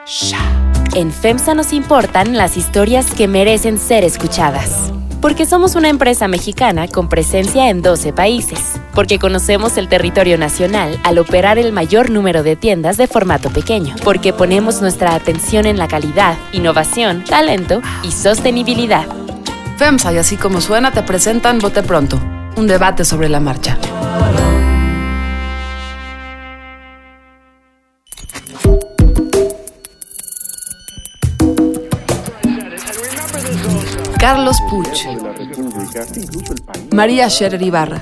En FEMSA nos importan las historias que merecen ser escuchadas. Porque somos una empresa mexicana con presencia en 12 países. Porque conocemos el territorio nacional al operar el mayor número de tiendas de formato pequeño. Porque ponemos nuestra atención en la calidad, innovación, talento y sostenibilidad. FEMSA y Así Como Suena te presentan Bote Pronto, un debate sobre la marcha. Carlos Puig, María Scherer Ibarra,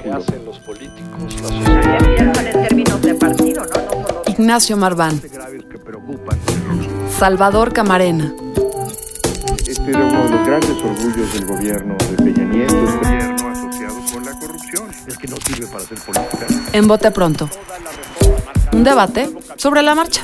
Ignacio Marván, Salvador Camarena. Este era uno de los grandes orgullos del gobierno de Peña Nieto, el gobierno asociado con la corrupción. Es que no sirve para hacer política. En Bote Pronto, un debate sobre la marcha.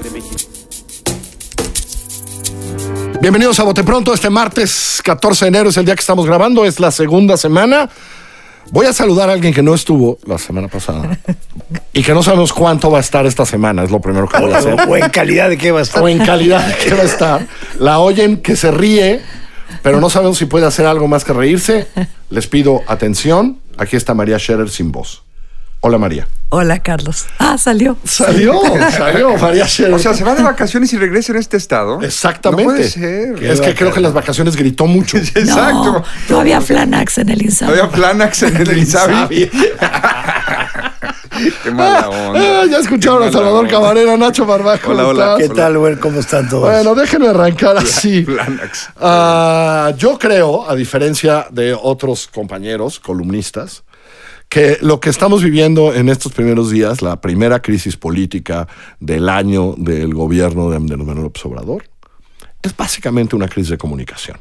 Bienvenidos a Bote Pronto. Este martes 14 de enero es el día que estamos grabando, es la segunda semana. Voy a saludar a alguien que no estuvo la semana pasada y que no sabemos cuánto va a estar esta semana, es lo primero que voy a hacer. O en calidad de qué va a estar. O en calidad de qué va a estar. La oyen que se ríe, pero no sabemos si puede hacer algo más que reírse. Les pido atención. Aquí está María Scherer sin voz. Hola, María. Hola, Carlos. Salió. Salió María Scherer. O sea, se va de vacaciones y regresa en este estado. Exactamente. No puede ser. Es que creo que en las vacaciones gritó mucho. Exacto. No había Flanax en el Insabi. No había Flanax en el Insabi. Qué mala onda. Ya escucharon a Salvador Camarena, Nacho Barbajo. Hola. ¿Qué tal, güey? ¿Cómo están todos? Bueno, déjenme arrancar así. Flanax. Yo creo, a diferencia de otros compañeros columnistas, que lo que estamos viviendo en estos primeros días, la primera crisis política del año del gobierno de Andrés Manuel López Obrador, es básicamente una crisis de comunicación.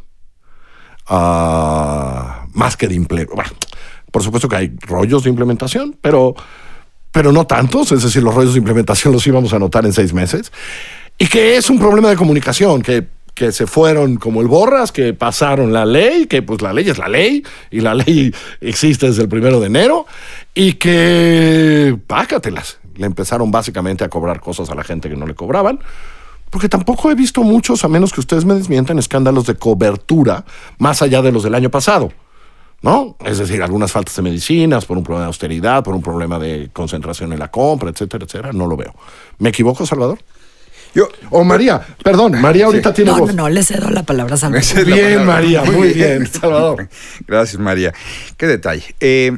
Más que de empleo. Bueno, por supuesto que hay rollos de implementación, pero no tantos. Es decir, los rollos de implementación los íbamos a notar en 6 meses. Y que es un problema de comunicación, que se fueron como el borras, que pasaron la ley, que pues la ley es la ley, y la ley existe desde el 1 de enero, y que, pácatelas, le empezaron básicamente a cobrar cosas a la gente que no le cobraban, porque tampoco he visto muchos, a menos que ustedes me desmientan, escándalos de cobertura más allá de los del año pasado, ¿no? Es decir, algunas faltas de medicinas, por un problema de austeridad, por un problema de concentración en la compra, etcétera, etcétera, no lo veo. ¿Me equivoco, Salvador? María, perdón, María ahorita tiene voz. No, le cedo la palabra a Salvador. Muy bien, María, muy bien, Salvador. Gracias, María. Qué detalle.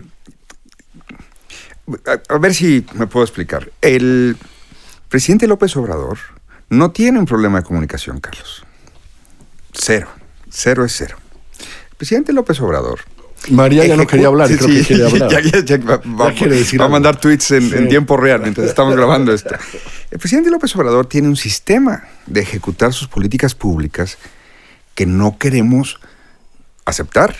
A ver si me puedo explicar. El presidente López Obrador no tiene un problema de comunicación, Carlos. Cero es cero. El presidente López Obrador... María ya no quería hablar, creo que quiere hablar. Va a mandar tweets en tiempo real mientras estamos grabando esto. El presidente López Obrador tiene un sistema de ejecutar sus políticas públicas que no queremos aceptar,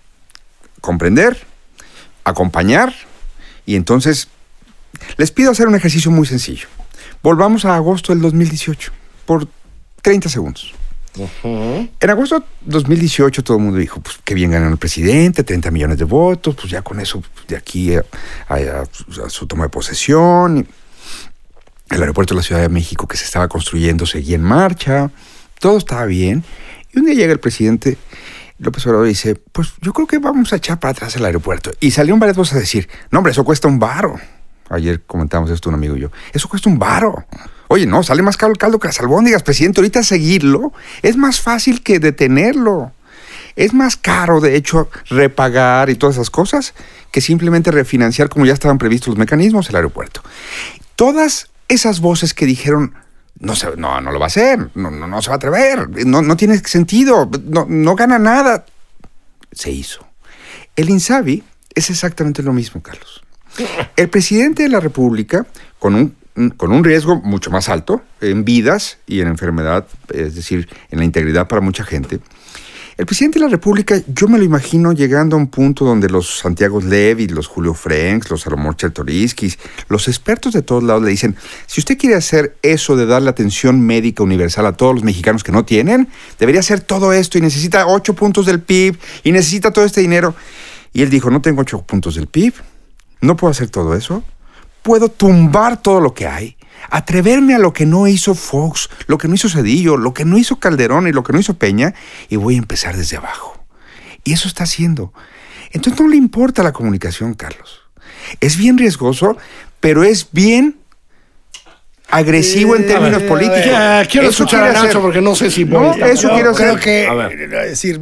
comprender, acompañar, y entonces les pido hacer un ejercicio muy sencillo. Volvamos a agosto del 2018 por 30 segundos. Uh-huh. En agosto de 2018 todo el mundo dijo, pues qué bien ganó el presidente, 30 millones de votos, pues ya con eso de aquí a su toma de posesión, el aeropuerto de la Ciudad de México que se estaba construyendo seguía en marcha, todo estaba bien, y un día llega el presidente López Obrador y dice, pues yo creo que vamos a echar para atrás el aeropuerto, y salieron varias voces a decir, no hombre, eso cuesta un varo. Ayer comentábamos esto un amigo y yo, eso cuesta un varo. Oye, no, sale más caro el caldo que las albóndigas, presidente. Ahorita seguirlo es más fácil que detenerlo. Es más caro, de hecho, repagar y todas esas cosas que simplemente refinanciar como ya estaban previstos los mecanismos el aeropuerto. Todas esas voces que dijeron, no lo va a hacer, no se va a atrever, no tiene sentido, no gana nada, se hizo. El Insabi es exactamente lo mismo, Carlos. El presidente de la República, con un riesgo mucho más alto en vidas y en enfermedad, es decir, en la integridad para mucha gente, el presidente de la República, yo me lo imagino llegando a un punto donde los Santiago Levy, los Julio Frenks, los Salomón Chertoriskis, los expertos de todos lados le dicen, si usted quiere hacer eso de darle atención médica universal a todos los mexicanos que no tienen, debería hacer todo esto y necesita 8 puntos del PIB y necesita todo este dinero. Y él dijo, no tengo 8 puntos del PIB, no puedo hacer todo eso, puedo tumbar todo lo que hay, atreverme a lo que no hizo Fox, lo que no hizo Zedillo, lo que no hizo Calderón y lo que no hizo Peña, y voy a empezar desde abajo. Y eso está haciendo. Entonces no le importa la comunicación, Carlos. Es bien riesgoso, pero es bien agresivo en términos políticos. Quiero escuchar a Nacho porque no sé si... No, eso quiero hacer. Creo que, es decir,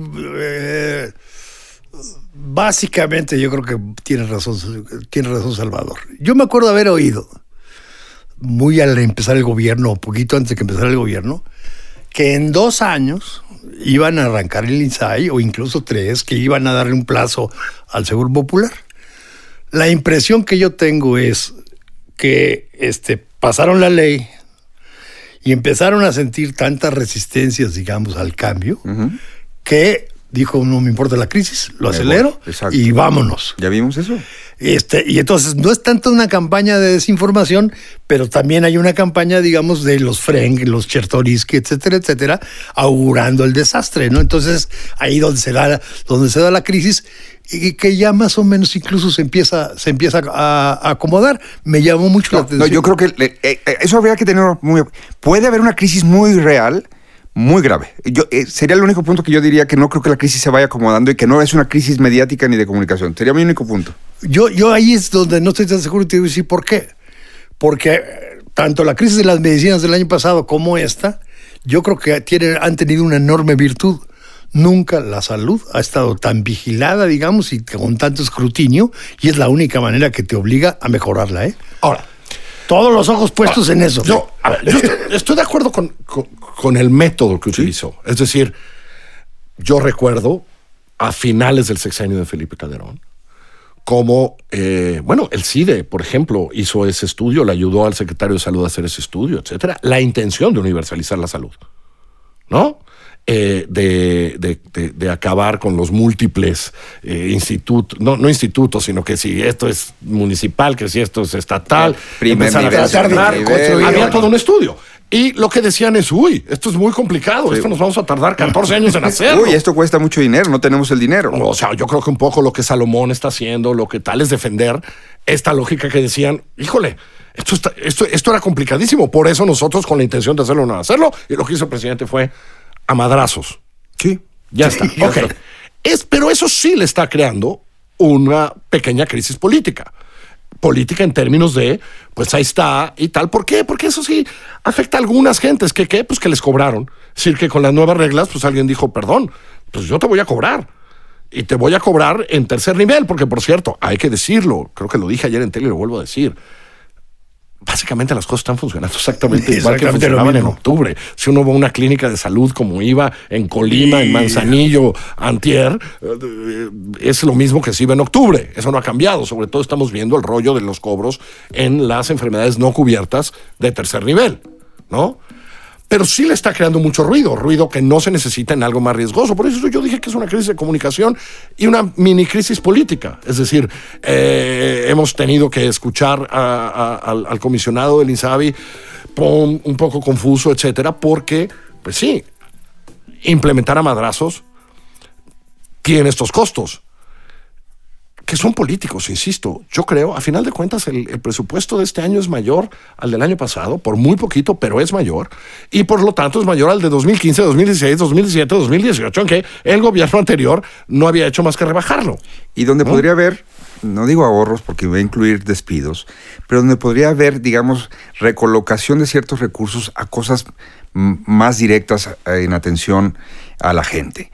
básicamente yo creo que tiene razón Salvador. Yo me acuerdo haber oído, muy al empezar el gobierno, poquito antes de que empezara el gobierno, que en 2 años iban a arrancar el INSABI, o incluso 3, que iban a darle un plazo al Seguro Popular. La impresión que yo tengo es que pasaron la ley y empezaron a sentir tantas resistencias, digamos, al cambio, que dijo, no me importa la crisis, lo acelero y vámonos. ¿Ya vimos eso? Y entonces no es tanto una campaña de desinformación, pero también hay una campaña, digamos, de los Frenk, los Chertoriski, etcétera, etcétera, augurando el desastre, ¿no? Entonces, ahí donde se da la crisis, y que ya más o menos incluso se empieza a acomodar. Me llamó mucho la atención. No, yo creo que eso habría que tenerlo muy... Puede haber una crisis muy real, muy grave. Sería el único punto que yo diría que no creo que la crisis se vaya acomodando y que no es una crisis mediática ni de comunicación. Sería mi único punto. Yo ahí es donde no estoy tan seguro y te digo decir por qué. Porque tanto la crisis de las medicinas del año pasado como esta, yo creo que han tenido una enorme virtud. Nunca la salud ha estado tan vigilada, digamos, y con tanto escrutinio, y es la única manera que te obliga a mejorarla, ¿eh? Ahora, todos los ojos puestos en eso. Yo estoy de acuerdo con el método que utilizó. Es decir, yo recuerdo a finales del sexenio de Felipe Calderón cómo, el CIDE, por ejemplo, hizo ese estudio, le ayudó al secretario de Salud a hacer ese estudio, etcétera. La intención de universalizar la salud, ¿no? De acabar con los múltiples institutos, no institutos, sino que si esto es municipal, que si esto es estatal, había todo un estudio. Y lo que decían es, esto es muy complicado, esto nos vamos a tardar 14 años en hacerlo. Esto cuesta mucho dinero, no tenemos el dinero. O sea, yo creo que un poco lo que Salomón está haciendo, lo que tal es defender esta lógica que decían, híjole, esto era complicadísimo, por eso nosotros con la intención de hacerlo no hacerlo, y lo que hizo el presidente fue a madrazos. Sí. Ya está. Okay. Pero eso sí le está creando una pequeña crisis política. Política en términos de, pues ahí está y tal. ¿Por qué? Porque eso sí afecta a algunas gentes. Pues que les cobraron. Es decir, que con las nuevas reglas, pues alguien dijo, perdón, pues yo te voy a cobrar. Y te voy a cobrar en tercer nivel, porque por cierto, hay que decirlo, creo que lo dije ayer en tele y lo vuelvo a decir. Básicamente las cosas están funcionando exactamente igual que funcionaban en octubre. Si uno va a una clínica de salud como iba en Colima, en Manzanillo, antier, es lo mismo que se iba en octubre. Eso no ha cambiado. Sobre todo estamos viendo el rollo de los cobros en las enfermedades no cubiertas de tercer nivel, ¿no? Pero sí le está creando mucho ruido que no se necesita en algo más riesgoso. Por eso yo dije que es una crisis de comunicación y una mini crisis política. Es decir, hemos tenido que escuchar al comisionado del INSABI un poco confuso, etcétera, porque, pues sí, implementar a madrazos tiene estos costos, que son políticos, insisto. Yo creo, a final de cuentas, el presupuesto de este año es mayor al del año pasado, por muy poquito, pero es mayor, y por lo tanto es mayor al de 2015, 2016, 2017, 2018, aunque el gobierno anterior no había hecho más que rebajarlo. Y donde podría haber, no digo ahorros porque va a incluir despidos, pero donde podría haber, digamos, recolocación de ciertos recursos a cosas más directas en atención a la gente.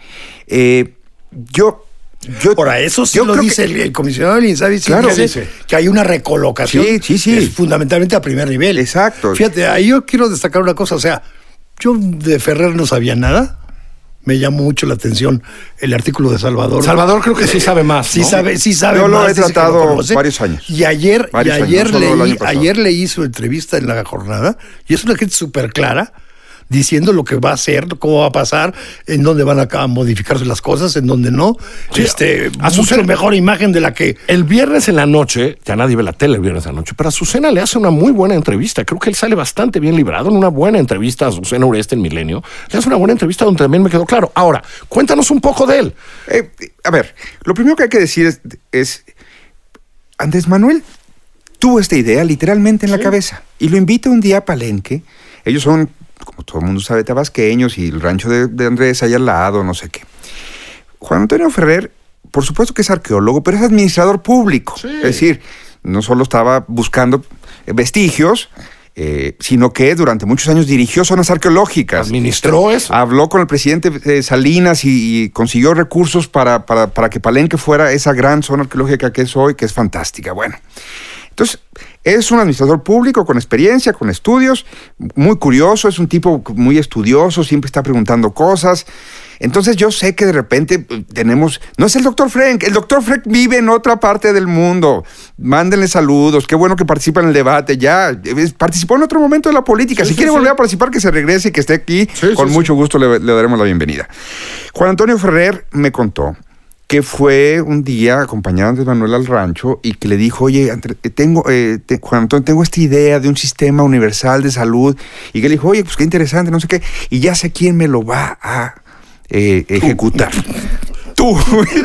Por eso sí lo dice el comisionado del INSABI, dice que hay una recolocación fundamentalmente a primer nivel. Exacto. Fíjate, ahí yo quiero destacar una cosa, o sea, yo de Ferrer no sabía nada, me llamó mucho la atención el artículo de Salvador. Salvador creo que sí sabe más, sí sabe yo más. Yo lo he tratado varios años. Y ayer le hizo entrevista en La Jornada, y es una gente súper clara, diciendo lo que va a hacer, cómo va a pasar, en dónde van a modificarse las cosas, en dónde no. Sí, mucho mejor imagen de la que... El viernes en la noche, ya nadie ve la tele el viernes en la noche, pero Azucena le hace una muy buena entrevista. Creo que él sale bastante bien librado en una buena entrevista a Azucena Ureste en Milenio. Le hace una buena entrevista donde también me quedó claro. Ahora, cuéntanos un poco de él. A ver, lo primero que hay que decir es Andrés Manuel tuvo esta idea literalmente en la cabeza y lo invita un día a Palenque. Ellos son, como todo el mundo sabe, tabasqueños y el rancho de Andrés allá al lado, no sé qué. Juan Antonio Ferrer, por supuesto que es arqueólogo, pero es administrador público. Sí. Es decir, no solo estaba buscando vestigios, sino que durante muchos años dirigió zonas arqueológicas. Administró eso. Habló con el presidente Salinas y consiguió recursos para que Palenque fuera esa gran zona arqueológica que es hoy, que es fantástica. Bueno, entonces es un administrador público con experiencia, con estudios, muy curioso, es un tipo muy estudioso, siempre está preguntando cosas. Entonces yo sé que de repente tenemos... No es el doctor Frank, el doctor Frank vive en otra parte del mundo. Mándenle saludos, qué bueno que participa en el debate. Ya participó en otro momento de la política. Si quiere volver a participar, que se regrese y que esté aquí. Con mucho gusto le daremos la bienvenida. Juan Antonio Ferrer me contó que fue un día acompañado a Andrés Manuel al rancho y que le dijo, oye, Juan Antonio, tengo esta idea de un sistema universal de salud. Y que le dijo, oye, pues qué interesante, no sé qué. Y ya sé quién me lo va a ejecutar. Tú.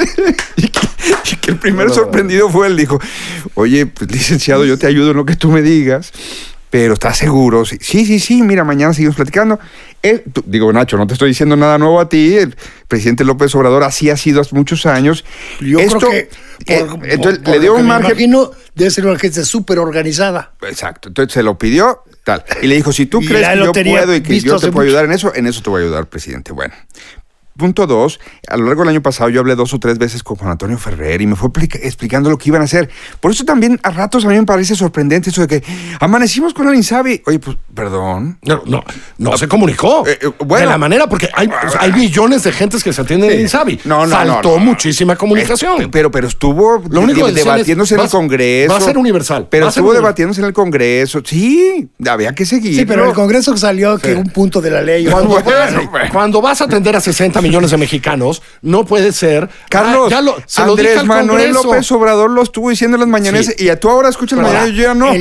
y que el primero sorprendido fue él. Dijo, oye, pues licenciado, yo te ayudo en lo que tú me digas. Pero ¿estás seguro? Sí, mira, mañana seguimos platicando. Digo, Nacho, no te estoy diciendo nada nuevo a ti. El presidente López Obrador así ha sido hace muchos años. Yo creo que entonces le dio un margen. Me imagino debe ser una gente súper organizada. Exacto. Entonces se lo pidió, tal. Y le dijo, si tú crees que yo puedo y que yo te puedo ayudar en eso te voy a ayudar, presidente. Bueno. Punto 2, a lo largo del año pasado yo hablé 2 o 3 veces con Juan Antonio Ferrer y me fue explicando lo que iban a hacer. Por eso también a ratos a mí me parece sorprendente eso de que amanecimos con el INSABI. Oye, pues, perdón. No se comunicó de la manera, porque hay millones de gentes que se atienden en el INSABI. Faltó muchísima comunicación. Pero estuvo debatiéndose en el Congreso. Va a ser universal. Pero estuvo debatiéndose en el Congreso. Sí, había que seguir. Sí, pero el Congreso salió que un punto de la ley. Cuando vas a atender a 60 millones de mexicanos, no puede ser. Carlos, Andrés Manuel López Obrador lo estuvo diciendo en las mañanas y tú ahora escuchas las mañanas y yo ya no.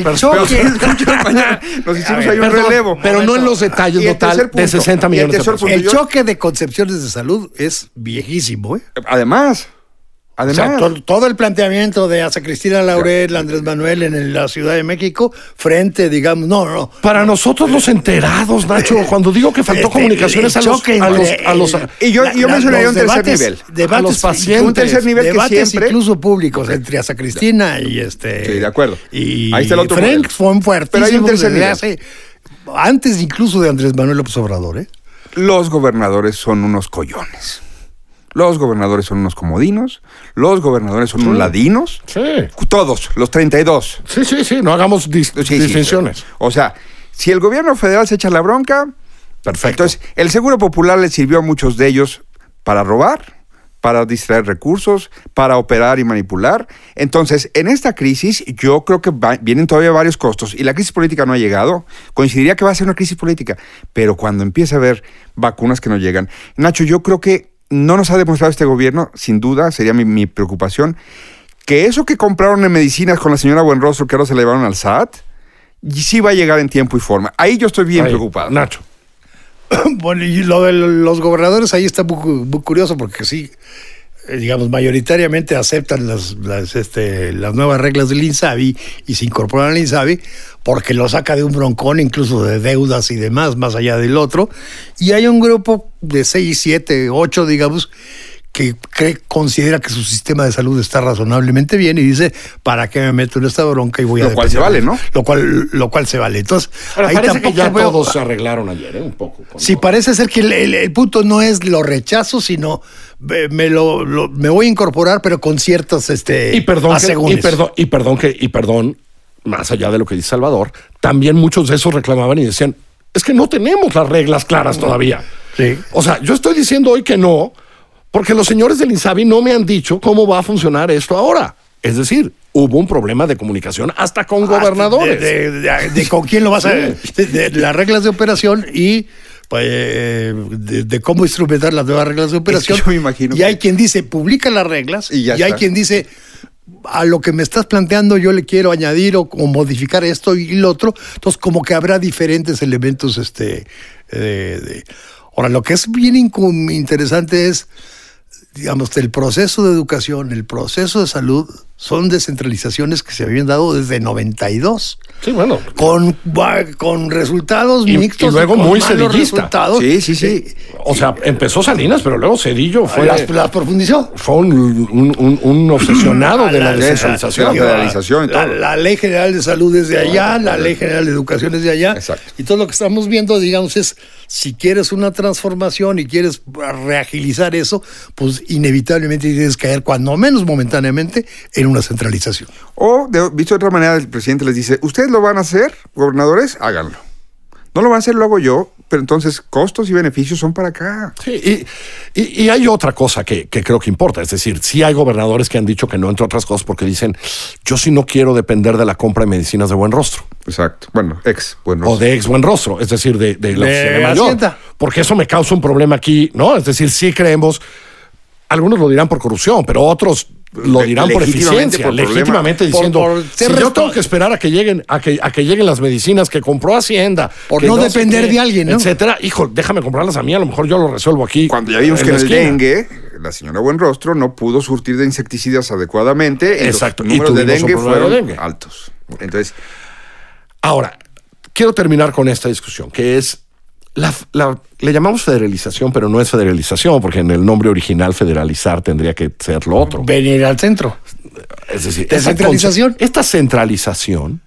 Nos hicimos ahí un relevo. Pero no en los detalles total de 60 millones de personas. El choque de concepciones de salud es viejísimo. Además, o sea, todo el planteamiento de Asa Cristina Laurel, Andrés Manuel en la Ciudad de México, frente, digamos, no. Para nosotros los enterados, Nacho, cuando digo que faltó comunicaciones a los y yo mencionaría un tercer nivel. Debates, a los pacientes. Un tercer nivel debates que siempre, incluso públicos entre Asa Cristina y Sí, de acuerdo. Y ahí está el otro Frank son fuertísimos. Pero hay un tercer nivel. Antes incluso de Andrés Manuel López Obrador, Los gobernadores son unos collones. Los gobernadores son unos comodinos, los gobernadores son unos ladinos. Sí. Todos, los 32. Sí, no hagamos distinciones. O sea, si el gobierno federal se echa la bronca, perfecto. Entonces, el Seguro Popular le sirvió a muchos de ellos para robar, para distraer recursos, para operar y manipular. Entonces, en esta crisis, yo creo que vienen todavía varios costos y la crisis política no ha llegado. Coincidiría que va a ser una crisis política, pero cuando empiece a haber vacunas que no llegan. Nacho, yo creo que no nos ha demostrado este gobierno, sin duda, sería mi preocupación, que eso que compraron en medicinas con la señora Buenrostro, que ahora se la llevaron al SAT, y sí va a llegar en tiempo y forma. Ahí yo estoy bien preocupado. Nacho. Bueno, y lo de los gobernadores ahí está muy curioso, porque sí, digamos, mayoritariamente aceptan las nuevas reglas del INSABI y se incorporan al INSABI porque lo saca de un broncón, incluso de deudas y demás, más allá del otro. Y hay un grupo de 6, 7, 8, digamos, que considera que su sistema de salud está razonablemente bien y dice, ¿para qué me meto en esta bronca? Y voy a lo cual se vale, ¿no? Lo cual se vale. Entonces, pero ahí parece que ya todos se arreglaron ayer, un poco. Sí, parece ser que el punto no es lo rechazo, sino me voy a incorporar, pero con ciertos y perdón, más allá de lo que dice Salvador, también muchos de esos reclamaban y decían, es que no tenemos las reglas claras todavía. Sí. O sea, yo estoy diciendo hoy que no, porque los señores del INSABI no me han dicho cómo va a funcionar esto ahora. Es decir, hubo un problema de comunicación hasta con gobernadores. De con quién lo vas a... De las reglas de operación y... de cómo instrumentar las nuevas reglas de operación. Es que yo me imagino hay quien dice, publica las reglas, y hay quien dice, a lo que me estás planteando yo le quiero añadir o modificar esto y lo otro. Entonces, como que habrá diferentes elementos. Ahora, lo que es bien interesante es, digamos, el proceso de educación, el proceso de salud, son descentralizaciones que se habían dado desde 92. Sí, bueno. Con resultados mixtos. Y luego con muy malos cedillista. resultados. Sí. O sea, empezó Salinas, pero luego Zedillo fue... Las profundizó. Fue un obsesionado de la descentralización. De la federalización y todo. La Ley General de Salud es de allá, la Ley General de Educación es de allá. Exacto. Y todo lo que estamos viendo, digamos, es si quieres una transformación y quieres reagilizar eso, pues inevitablemente tienes que caer, cuando menos momentáneamente, en una centralización. O, visto de otra manera, el presidente les dice, ¿ustedes lo van a hacer, gobernadores? Háganlo. No lo van a hacer, lo hago yo, pero entonces costos y beneficios son para acá. Sí, y hay otra cosa que creo que importa. Es decir, sí hay gobernadores que han dicho que no, entre otras cosas, porque dicen, yo sí no quiero depender de la compra de medicinas de Buen Rostro. Exacto. Bueno, Buen Rostro. O de Buen Rostro, es decir, de la oficina de mayor. Hacienda. Porque eso me causa un problema aquí, ¿no? Es decir, sí creemos, algunos lo dirán por corrupción, pero otros lo dirán por Legítimamente, eficiencia, por legítimamente diciendo, por si yo tengo que esperar a que lleguen las medicinas que compró Hacienda, Por que no sé depender qué, de alguien, ¿no? etcétera, hijo, déjame comprarlas a mí, a lo mejor yo lo resuelvo aquí. Cuando ya vimos que en la el esquina. dengue, la señora Buenrostro no pudo surtir de insecticidas adecuadamente. Y Exacto, los y números de tuvimos un dengue problema de fueron dengue. altos. Entonces, Ahora, quiero terminar con esta discusión, que es le llamamos federalización, pero no es federalización, porque en el nombre original federalizar tendría que ser lo otro. Venir al centro. Es decir, ¿Descentralización? esta centralización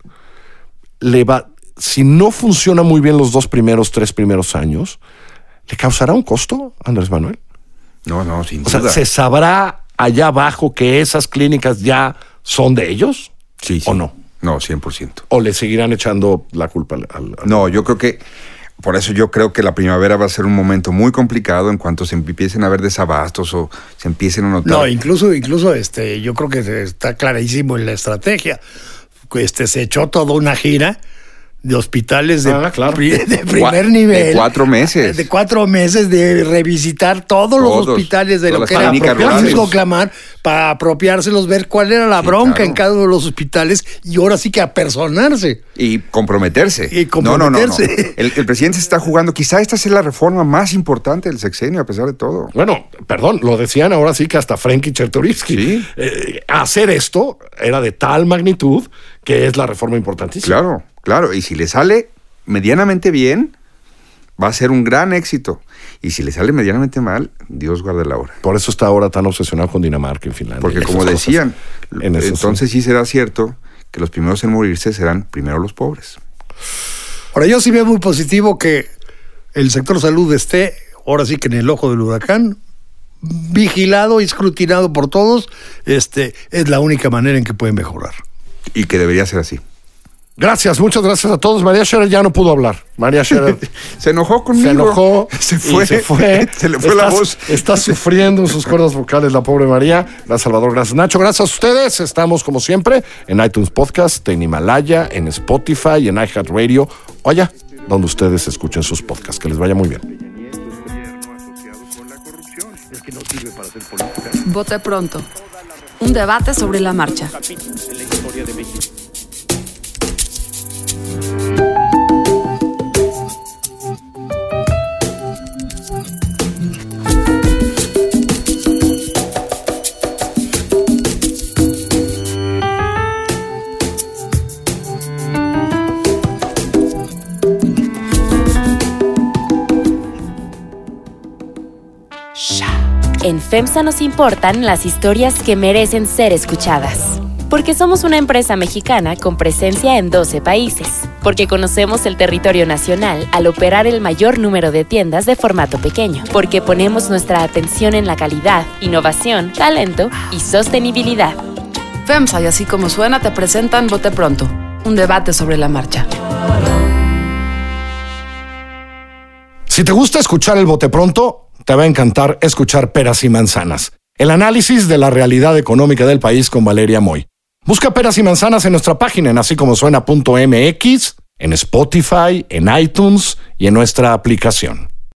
si no funciona muy bien los 3 primeros años, ¿le causará un costo, Andrés Manuel? no, sin O sea, duda. ¿se sabrá allá abajo que esas clínicas ya son de ellos? Sí. ¿O no? No, 100%. ¿O le seguirán echando la culpa al... No, yo creo que, por eso yo creo que la primavera va a ser un momento muy complicado en cuanto se empiecen a haber desabastos o se empiecen a notar. No, incluso yo creo que está clarísimo en la estrategia. Se echó toda una gira de hospitales de primer nivel. De 4 meses. De 4 meses de revisitar todos los hospitales de lo que era clamar para apropiárselos, ver cuál era la bronca en cada uno de los hospitales y ahora sí que apersonarse. Y comprometerse. No. El presidente se está jugando. Quizá esta sea la reforma más importante del sexenio, a pesar de todo. Bueno, perdón, lo decían ahora sí que hasta Frankie Chertorivsky. Sí. Hacer esto era de tal magnitud que es la reforma importantísima. Claro, y si le sale medianamente bien, va a ser un gran éxito. Y si le sale medianamente mal, Dios guarde la hora. Por eso está ahora tan obsesionado con Dinamarca en Finlandia. Porque como decían, entonces sí será cierto que los primeros en morirse serán primero los pobres. Ahora, yo sí veo muy positivo que el sector salud esté, ahora sí que en el ojo del huracán, vigilado y escrutinado por todos. Es la única manera en que puede mejorar. Y que debería ser así. Gracias, muchas gracias a todos. María Scherer ya no pudo hablar. María Scherer se enojó conmigo. Se enojó. Se fue. Se le fue la voz. Está sufriendo en sus cuerdas vocales la pobre María. Gracias, Salvador. Gracias, Nacho. Gracias a ustedes. Estamos, como siempre, en iTunes Podcast, en Himalaya, en Spotify, en iHeartRadio. O allá, donde ustedes escuchen sus podcasts. Que les vaya muy bien. Vote pronto. Un debate sobre la marcha. En FEMSA nos importan las historias que merecen ser escuchadas. Porque somos una empresa mexicana con presencia en 12 países. Porque conocemos el territorio nacional al operar el mayor número de tiendas de formato pequeño. Porque ponemos nuestra atención en la calidad, innovación, talento y sostenibilidad. FEMSA y Así Como Suena te presentan Vote Pronto, un debate sobre la marcha. Si te gusta escuchar el Vote Pronto, te va a encantar escuchar Peras y Manzanas, el análisis de la realidad económica del país con Valeria Moy. Busca Peras y Manzanas en nuestra página en asícomosuena.mx, en Spotify, en iTunes y en nuestra aplicación.